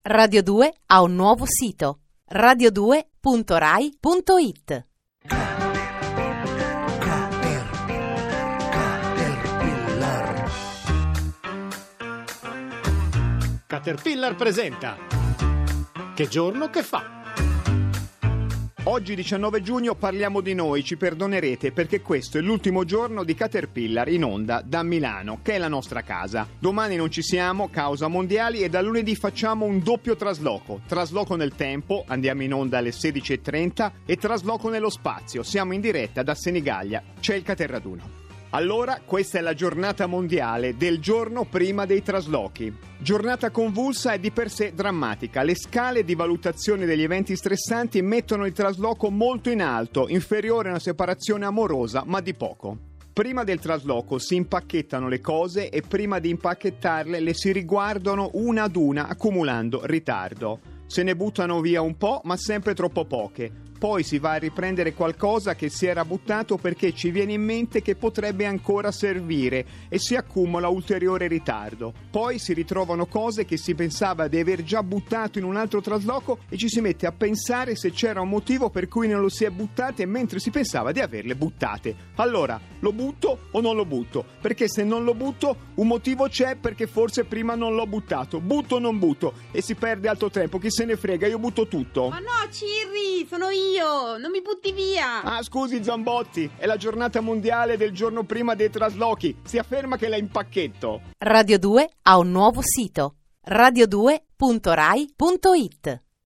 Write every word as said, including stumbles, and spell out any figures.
Radio due ha un nuovo sito: radio due punto rai punto it. Caterpillar presenta Che giorno che fa? Oggi diciannove giugno parliamo di noi, ci perdonerete perché questo è l'ultimo giorno di Caterpillar in onda da Milano, che è la nostra casa. Domani non ci siamo, causa mondiali, e da lunedì facciamo un doppio trasloco. Trasloco nel tempo, andiamo in onda alle sedici e trenta, e trasloco nello spazio, siamo in diretta da Senigallia, c'è il Caterraduno. Allora, questa è la giornata mondiale del giorno prima dei traslochi. Giornata convulsa e di per sé drammatica. Le scale di valutazione degli eventi stressanti mettono il trasloco molto in alto, inferiore a una separazione amorosa, ma di poco. Prima del trasloco si impacchettano le cose e prima di impacchettarle le si riguardano una ad una, accumulando ritardo. Se ne buttano via un po', ma sempre troppo poche. Poi si va a riprendere qualcosa che si era buttato perché ci viene in mente che potrebbe ancora servire e si accumula ulteriore ritardo. Poi si ritrovano cose che si pensava di aver già buttato in un altro trasloco e ci si mette a pensare se c'era un motivo per cui non lo si è buttate mentre si pensava di averle buttate. Allora, lo butto o non lo butto? Perché se non lo butto, un motivo c'è, perché forse prima non l'ho buttato. Butto o non butto? E si perde altro tempo, chi se ne frega, io butto tutto. Ma no, Cirri, sono io, non mi butti via. Ah, scusi Zambotti, è la giornata mondiale del giorno prima dei traslochi. Si afferma che la impacchetto. Radio due ha un nuovo sito: radio due punto rai punto it.